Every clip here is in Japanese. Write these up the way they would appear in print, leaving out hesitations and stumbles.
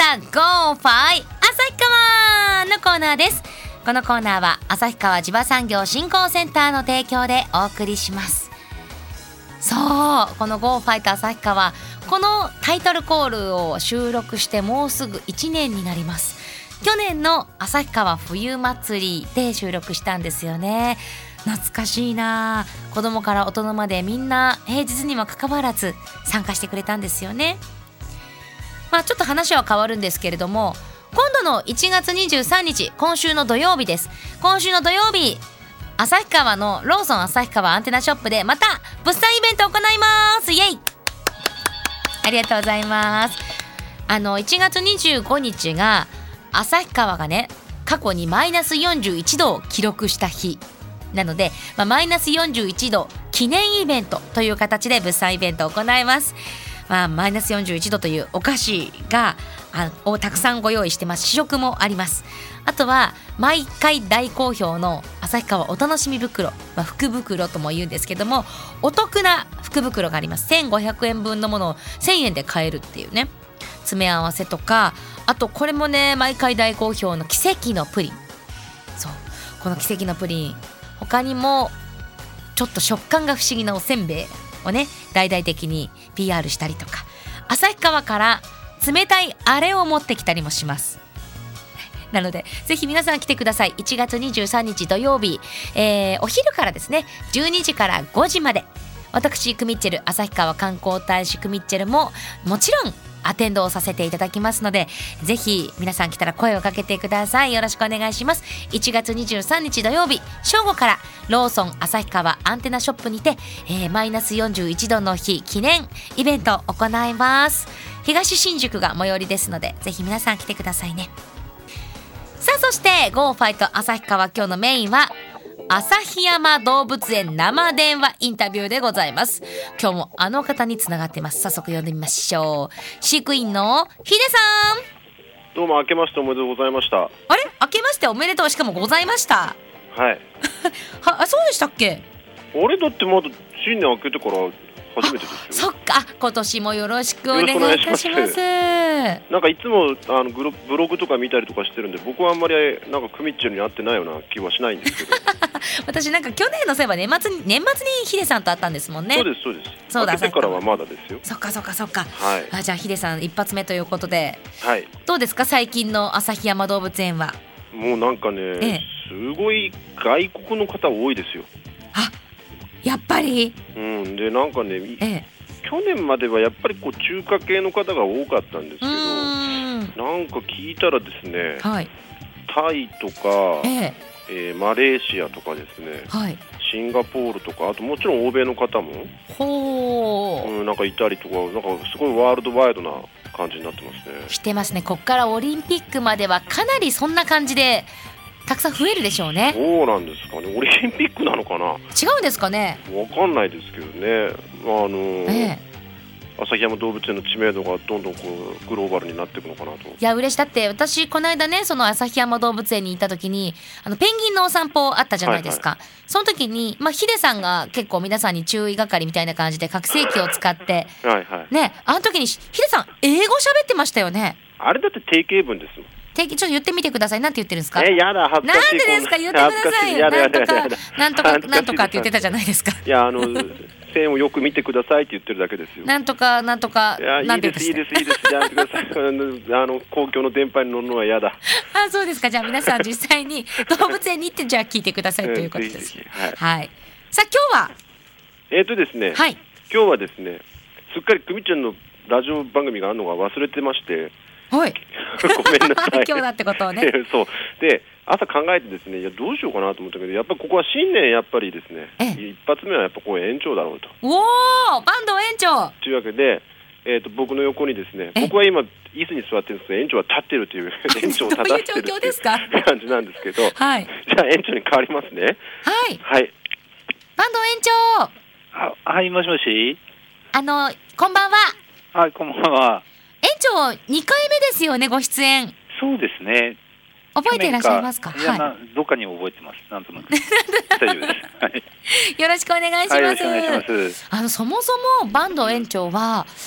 は Go Fly 旭川のコーナーです。このコーナーは旭川地場産業振興センターの提供でお送りします。そう、この Go Fly 旭川、このタイトルコールを収録してもうすぐ1年になります。去年の旭川冬祭りで収録したんですよね。懐かしいな。子供から大人までみんな平日にもかかわらず参加してくれたんですよね。ちょっと話は変わるんですけれども、今度の1月23日、今週の土曜日です。今週の土曜日、旭川のローソン旭川アンテナショップでまた物産イベントを行います。イエイ、ありがとうございます。1月25日が旭川がね、過去にマイナス41度を記録した日なので、マイナス41度記念イベントという形で物産イベントを行います。マイナス41度というお菓子をたくさんご用意してます。試食もあります。あとは毎回大好評の旭川お楽しみ袋、福袋とも言うんですけども、お得な福袋があります。1500円分のものを1000円で買えるっていうね、詰め合わせとか、あとこれもね、毎回大好評の奇跡のプリン。そう、この奇跡のプリン、他にもちょっと食感が不思議なおせんべいをね、大々的に PR したりとか、旭川から冷たいあれを持ってきたりもします。なのでぜひ皆さん来てください。1月23日土曜日、お昼からですね、12時から5時まで、私クミッチェル、旭川観光大使クミッチェルももちろんアテンドをさせていただきますので、ぜひ皆さん来たら声をかけてください。よろしくお願いします。1月23日土曜日正午からローソン旭川アンテナショップにて、マイナス41度の日記念イベントを行います。東新宿が最寄りですので、ぜひ皆さん来てくださいね。さあ、そして Go Fight 旭川、今日のメインは旭山動物園生電話インタビューでございます。今日もあの方につながってます。早速呼んでみましょう。飼育員のヒデさん。 どうも、明けましておめでとうございました。 あれ、明けましておめでとう、しかもございました。 はいそうでしたっけ。 俺だってまだ新年明けてから初めてですよ。 そっか、今年もよろしくお願いいたします。 なんかいつもブログとか見たりとかしてるんで、僕はあんまりなんかクミッチェルに会ってないような気はしないんですけど私なんか去年のせいば年末にヒデさんと会ったんですもんね。 そうです、そうです。 そうだ、 明けてからはまだですよ。 そっか、 はい。 じゃあヒデさん一発目ということで、 はい。 どうですか、最近の旭山動物園は。 もうなんかね、すごい外国の方多いですよ。 あ、やっぱり。 でなんかね、去年まではやっぱりこう中華系の方が多かったんですけど、なんか聞いたらですね、 はい、 タイとか、マレーシアとかですね、はい、シンガポールとか、あともちろん欧米の方もなんかいたりとか、なんかすごいワールドワイドな感じになってますね。 してますね。こっからオリンピックまではかなりそんな感じでたくさん増えるでしょうね。 そうなんですかね。オリンピックなのかな。 違うんですかね。 わかんないですけどね。旭山動物園の知名度がどんどんこうグローバルになっていくのかなと。 いや、嬉しい。だって私この間ね、その旭山動物園に行った時にペンギンのお散歩あったじゃないですか。その時にヒデさんが結構皆さんに注意係みたいな感じで拡声器を使ってね、あの時にヒデさん英語喋ってましたよね。 あれだって定型文ですもん。 ちょっと言ってみてください。なんて言ってるんですか。 やだ、恥ずかしい。 なんでですか、言ってくださいよ。なんとかって言ってたじゃないですか。 いや、線をよく見てくださいって言ってるだけですよ。 なんとか。 いいです、やめてください。公共の電波に乗るのは嫌だ。 そうですか。じゃあ皆さん実際に動物園に行ってじゃあ聞いてくださいということです。はい。さあ今日はですね、今日はですね、すっかりクミちゃんのラジオ番組があるのが忘れてまして、 はい、 ごめんなさい。 今日だってことをね。 そうで、朝考えてですね、いやどうしようかなと思ったけど、やっぱここは新年やっぱりですね、一発目はやっぱこう園長だろうと。 おお、バンド園長というわけで、僕の横にですね、僕は今椅子に座ってるんですけど、園長は立ってるという園長を立たせてるっていう感じなんですけど、じゃあ園長に変わりますね。はい。 バンド園長。 はい、もしもし。 こんばんは。 はい、こんばんは。 園長2回目ですよね、ご出演。 そうですね。 覚えていらっしゃいますか。 いや、どっかに覚えてます。なんとなく。大丈夫です。 よろしくお願いします。 よろしくお願いします。 そもそもバンド園長は、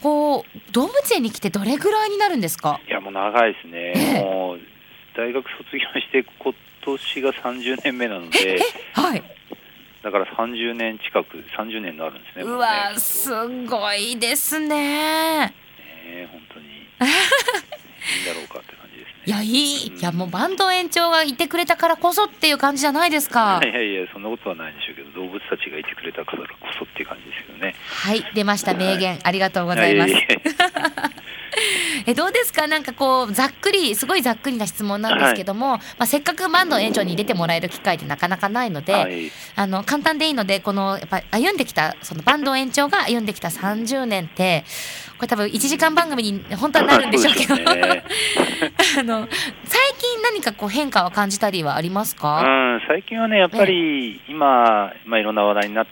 こう動物園に来てどれぐらいになるんですか？ いやもう長いですね、もう大学卒業して今年が30年目なので、 はい、 だから30年近く30年になるんですね。 うわ、すごいですね。 本当にいいんだろうかって感じですね。 いや、いやもうバンド園長がいてくれたからこそっていう感じじゃないですか。 いやそんなことはないでしょうけど、動物たちがいてくれたからこそっていう感じですけどね。 はい、出ました名言、ありがとうございます。どうですか？なんかこうすごいざっくりな質問なんですけども、せっかくバンド園長に出てもらえる機会ってなかなかないので、簡単でいいので、このやっぱ歩んできたそのバンド園長が歩んできた30年ってこれ多分1時間番組に本当はなるんでしょうけど最近何かこう変化を感じたりはありますか？ 最近はねやっぱり今、いろんな話題になって、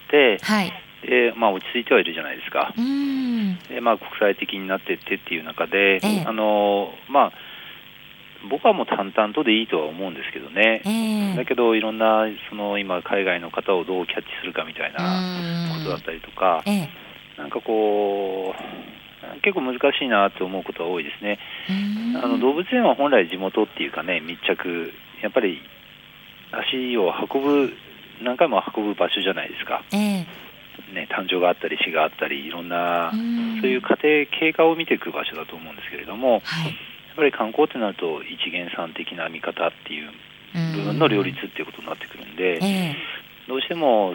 で落ち着いてはいるじゃないですか。で国際的になっていってっていう中で、僕はもう淡々とでいいとは思うんですけどね、だけどいろんな今海外の方をどうキャッチするかみたいなことだったりとか、なんかこう結構難しいなと思うことは多いですね。動物園は本来地元っていうかね、密着やっぱり足を何回も運ぶ場所じゃないですか。誕生があったり死があったりいろんなそういう経過を見ていく場所だと思うんですけれども、やっぱり観光ってなると一元さん的な見方っていう部分の両立っていうことになってくるんで、どうしても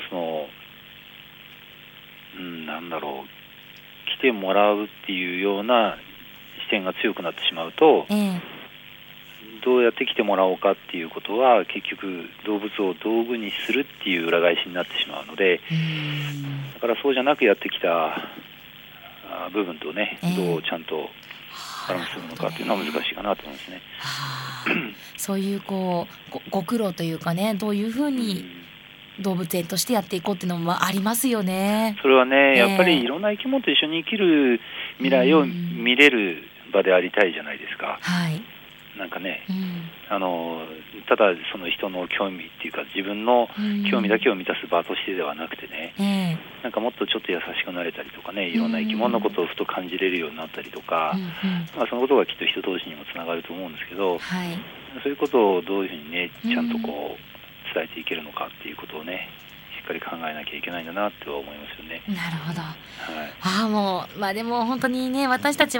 なんだろう、来てもらうっていうような視点が強くなってしまうと、どうやって来てもらおうかっていうことは結局動物を道具にするっていう裏返しになってしまうので、だからそうじゃなくやってきた部分とね、どうちゃんとバランスするのかっていうのは難しいかなと思いますね。 そういうご苦労というかね、どういうふうに動物園としてやっていこうっていうのもありますよね。 それはね、やっぱりいろんな生き物と一緒に生きる未来を見れる場でありたいじゃないですか。なんかね、ただその人の興味っていうか自分の興味だけを満たす場としてではなくてね、なんかもっとちょっと優しくなれたりとかね、いろんな生き物のことをふと感じれるようになったりとか、そのことがきっと人同士にもつながると思うんですけど、そういうことをどういうふうにねちゃんとこう伝えていけるのかっていうことをねしっかり考えなきゃいけないんだなっては思いますよね。 なるほど。でも本当にね、私も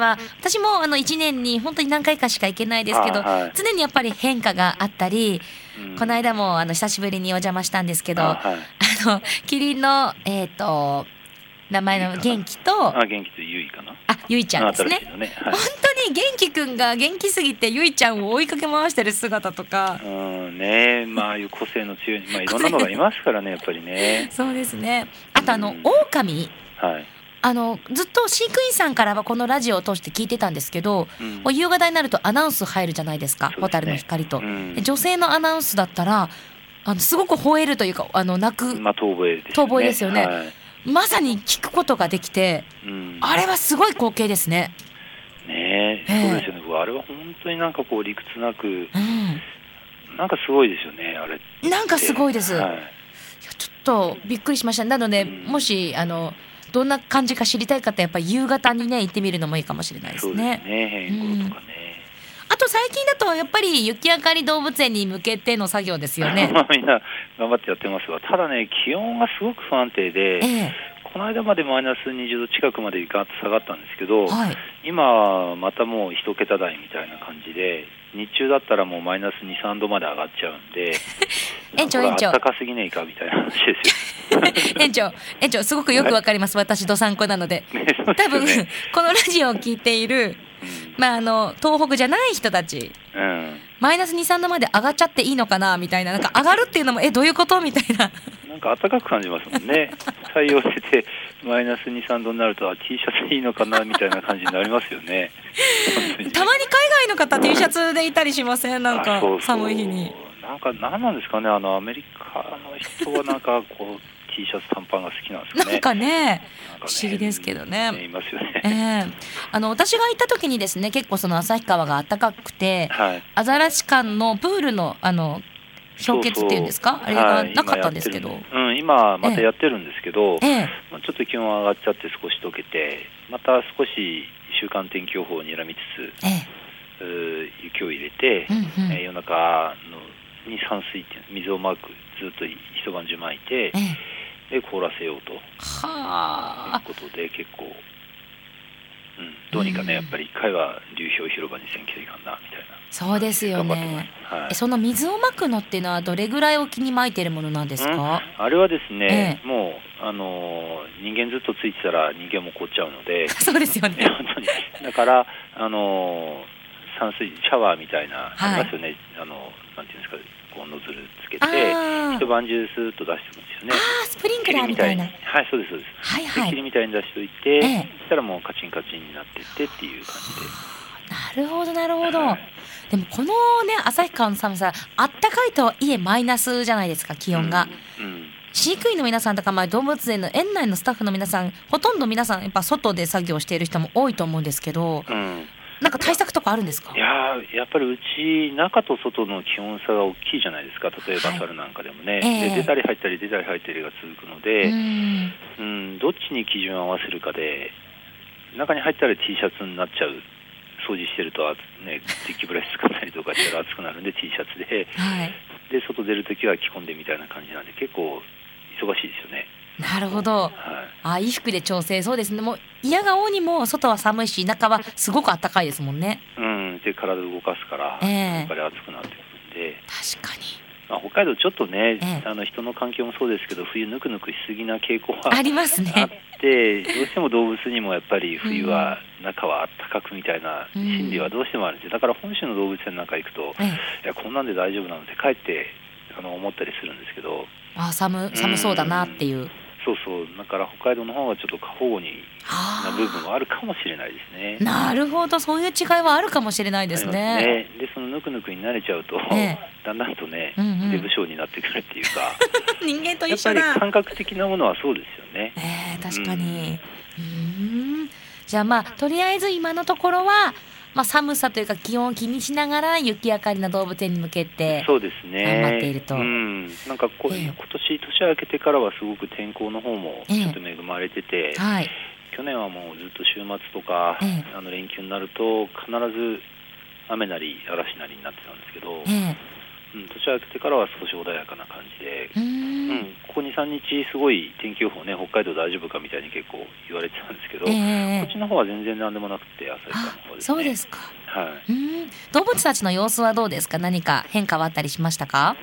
1年に本当に何回かしか行けないですけど、常にやっぱり変化があったり、この間も久しぶりにお邪魔したんですけど、キリンの名前の元気とゆいかな、 ゆいちゃんですね。本当に元気くんが元気すぎてゆいちゃんを追いかけ回してる姿とか、 いう個性の強い、いろんなのがいますからねやっぱりね。 そうですね。あと狼、ずっと飼育員さんからはこのラジオを通して聞いてたんですけど、夕方になるとアナウンス入るじゃないですか、蛍の光と、女性のアナウンスだったらすごく吠えるというか泣く、 遠吠えですよね。 まさに聞くことができて、あれはすごい光景ですね。 そうですよね。あれは本当になんかこう理屈なく、なんかすごいですよね。あれなんかすごいです。ちょっとびっくりしました。なので、もしどんな感じか知りたい方はやっぱり夕方にね行ってみるのもいいかもしれないですね。 そうですね。変更とかね。 あと最近だとやっぱり雪あかり動物園に向けての作業ですよね。 みんな頑張ってやってますが、ただね気温がすごく不安定で、この間までマイナス20度近くまでガッと下がったんですけど、今またもう一桁台みたいな感じで、日中だったらもうマイナス2、3度まで上がっちゃうんで園長あったかすぎねえかみたいな話ですよ園長すごくよくわかります。私どさんこなので、多分このラジオを聞いている東北じゃない人たち、マイナス2、3度まで上がっちゃっていいのかなみたいな、なんか上がるっていうのもどういうことみたいな、 なんか暖かく感じますもんね。太陽出てマイナス2、3度になるとT シャツいいのかなみたいな感じになりますよね。 たまに海外の方 T シャツでいたりしません？なんか寒い日に。 なんか何なんですかね、アメリカの人はなんかこうT シャツ短パンが好きなんですかね。 なんかね不思議ですけどね。 いますよね。 私が行った時にですね、結構その旭川が暖かくて、アザラシ館のプールの氷結っていうんですか、あれがなかったんですけど、 今またやってるんですけど、ちょっと気温上がっちゃって少し溶けて、 また少し週間天気予報をにらみつつ、雪を入れて、夜中に散水っていう水をまくずっと一晩中巻いて、で凍らせようということで結構、どうにかねやっぱり1回は流氷広場にせんきゃいかんなみたいな。 そうですよね、その水をまくのっていうのはどれぐらい沖にまいてるものなんですか？ あれはですね、もう人間ずっとついてたら人間も凍っちゃうのでそうですよね本当にだから散水シャワーみたいな、ありますよね、なんていうんですか、こうノズルつけて一晩中スーッと出してますよね。 スプリンクラーみたいな。 はい、そうですそうです。霧みたいに出しておいて、そしたらもうカチンカチンになってっていう感じで。 なるほどなるほど、でもこのね旭川の寒さ、あったかいとはいえマイナスじゃないですか、気温が。飼育員の皆さんとか、動物園の園内のスタッフの皆さん、ほとんど皆さんやっぱ外で作業している人も多いと思うんですけど、なんか対策とかあるんですか？ いややっぱりうち中と外の気温差が大きいじゃないですか。例えば猿なんかでもね、で出たり入ったり出たり入ったりが続くので、どっちに基準を合わせるかで、中に入ったら T シャツになっちゃう、掃除してるとね、デッキブラシつかないとかしたら暑くなるんで T シャツで、で外出るときは着込んでみたいな感じなんで結構忙しいですよね。 なるほど、衣服で調整。そうですね、もう嫌がおうにも外は寒いし中はすごく暖かいですもんね。 で体動かすから、やっぱり暑くなってくるんで。 確かに、 北海道ちょっとね、人の環境もそうですけど冬ぬくぬくしすぎな傾向はありますね。 あってどうしても動物にもやっぱり冬は中は暖かくみたいな心理はどうしてもあるんですよ。だから本州の動物園なんか行くと、いやこんなんで大丈夫なのってかえって思ったりするんですけど、 寒そうだなっていう。 そうだから北海道の方がちょっと過保護にな部分はあるかもしれないですね。 なるほど、そういう違いはあるかもしれないですね。 でそのぬくぬくに慣れちゃうと、だんだんとね、出不精になってくるっていうか人間と一緒だ。 やっぱり感覚的なものはそうですよね。 確かに。じゃあとりあえず今のところは寒さというか気温を気にしながら雪明かりの動物園に向けて頑張っていると。 なんか今年年明けてからはすごく天候の方もちょっと恵まれてて、去年はもうずっと週末とか、連休になると必ず雨なり嵐なりになってたんですけど、年明けてからは少し穏やかな感じで、ここ 2,3 日すごい天気予報ね、北海道大丈夫かみたいに結構言われてたんですけど、こっちの方は全然何でもなくて、旭川の方ですね。 そうですか。動物たちの様子はどうですか？何か変化はあったりしましたか？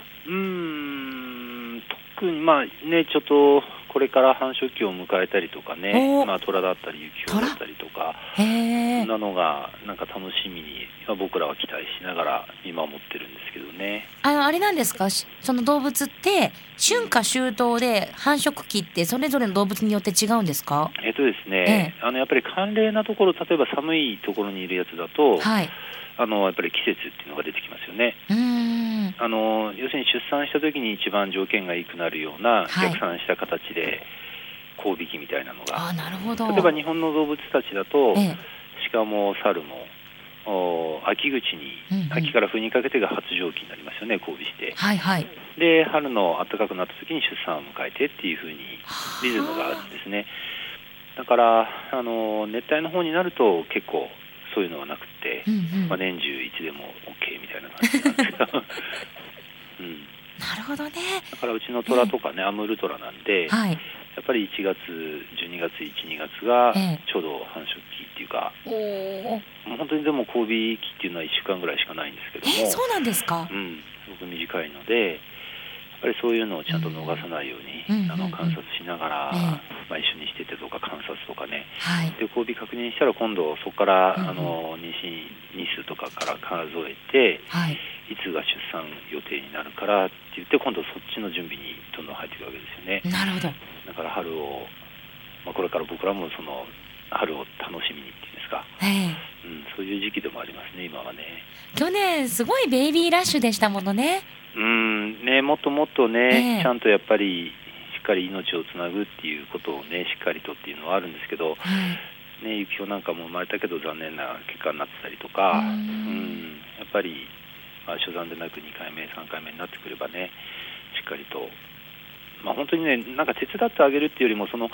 特にちょっとこれから繁殖期を迎えたりとかね、虎だったり雪豹だったりとか、そんなのがなんか楽しみに僕らは期待しながら見守ってるんですけどね。 あれなんですか、その動物って春夏秋冬で繁殖期ってそれぞれの動物によって違うんですか？ ですね、やっぱり寒冷なところ、例えば寒いところにいるやつだと、やっぱり季節っていうのが出てきますよね。要するに出産した時に一番条件が良くなるような逆算した形で交尾期みたいなのが、例えば日本の動物たちだと、鹿も猿も秋口に、秋から冬にかけてが発情期になりますよね、交尾して、で春の暖かくなった時に出産を迎えてっていう風にリズムがあるんですね。だから熱帯の方になると結構そういうのはなくて、年中いつでも OK みたいな感じなんですけどなるほどね。 だからうちの虎とかね、アムールトラなんで、やっぱり1月12月1、2月がちょうど繁殖期っていうか、本当にでも交尾期っていうのは1週間ぐらいしかないんですけども、 そうなんですか。 すごく短いので、やっぱりそういうのをちゃんと逃さないように観察しながら、一緒にしててとか観察とかね、で交尾確認したら今度そこから妊娠日数とかから数えて、いつが出産予定になるからって言って今度そっちの準備にどんどん入っていくわけですよね。 なるほど。 だから春を、これから僕らもその春を楽しみにっていうんですか、そういう時期でもありますね、今はね。 去年すごいベイビーラッシュでしたものね。 もっともっとね、ちゃんとやっぱりしっかり命をつなぐっていうことをね、しっかりとっていうのはあるんですけど、ユキヒョウなんかも生まれたけど残念な結果になってたりとか、やっぱり、初産でなく2回目3回目になってくればね、しっかりと、本当にね、なんか手伝ってあげるっていうよりも、その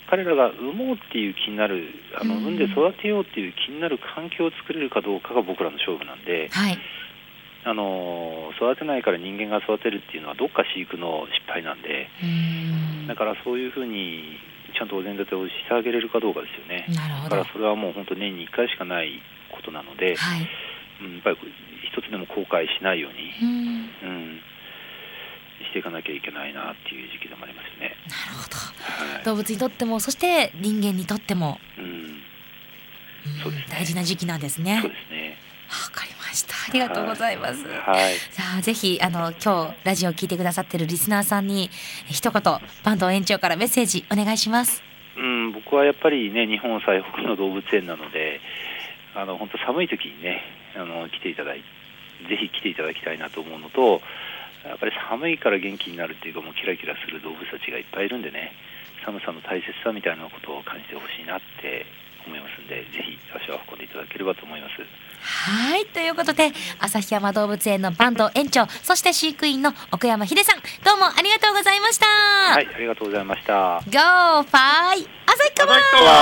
彼らが産もうっていう気になる、産んで育てようっていう気になる環境を作れるかどうかが僕らの勝負なんで、 はい、 育てないから人間が育てるっていうのはどっか飼育の失敗なんで、だからそういうふうにちゃんとお膳立てをしてあげれるかどうかですよね。 なるほど。 だからそれはもう本当年に1回しかないことなので、 はい、 やっぱり一つでも後悔しないように、していかなきゃいけないなっていう時期でもありますよね。 なるほど、はい、動物にとってもそして人間にとっても、 そうですね、 大事な時期なんですね。 そうですね。 わかりました。ありがとうございます。 はい、 さあぜひ今日ラジオを聞いてくださっているリスナーさんに一言坂東園長からメッセージお願いします。 僕はやっぱりね、日本最北の動物園なので、本当寒い時にね、ぜひ来ていただきたいなと思うのと、やっぱり寒いから元気になるっていうか、もうキラキラする動物たちがいっぱいいるんでね、寒さの大切さみたいなことを感じてほしいなって思いますんで、ぜひ足を運んでいただければと思います。 はい、ということで旭山動物園の坂東園長、そして飼育員の奥山秀さん、どうもありがとうございました。 はい、ありがとうございました。 Go Fly 旭川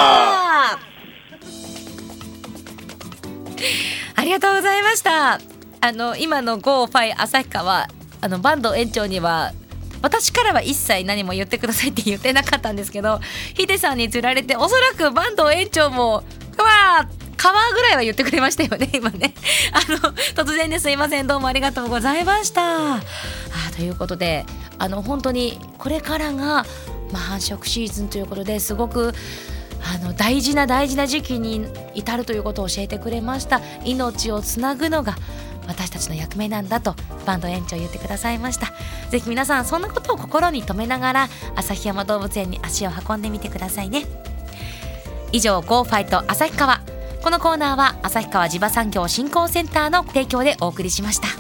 ありがとうございました。今の Go Fly 旭川坂東園長には私からは一切何も言ってくださいって言ってなかったんですけど、ヒデさんに釣られておそらく坂東園長も川ぐらいは言ってくれましたよね今ね。突然ですいません、どうもありがとうございました。ということで本当にこれからが、繁殖シーズンということで、すごく大事な時期に至るということを教えてくれました。命をつなぐのが私たちの役目なんだと坂東園長言ってくださいました。ぜひ皆さんそんなことを心に留めながら旭山動物園に足を運んでみてくださいね。以上 Go Fight 旭川、このコーナーは旭川地場産業振興センターの提供でお送りしました。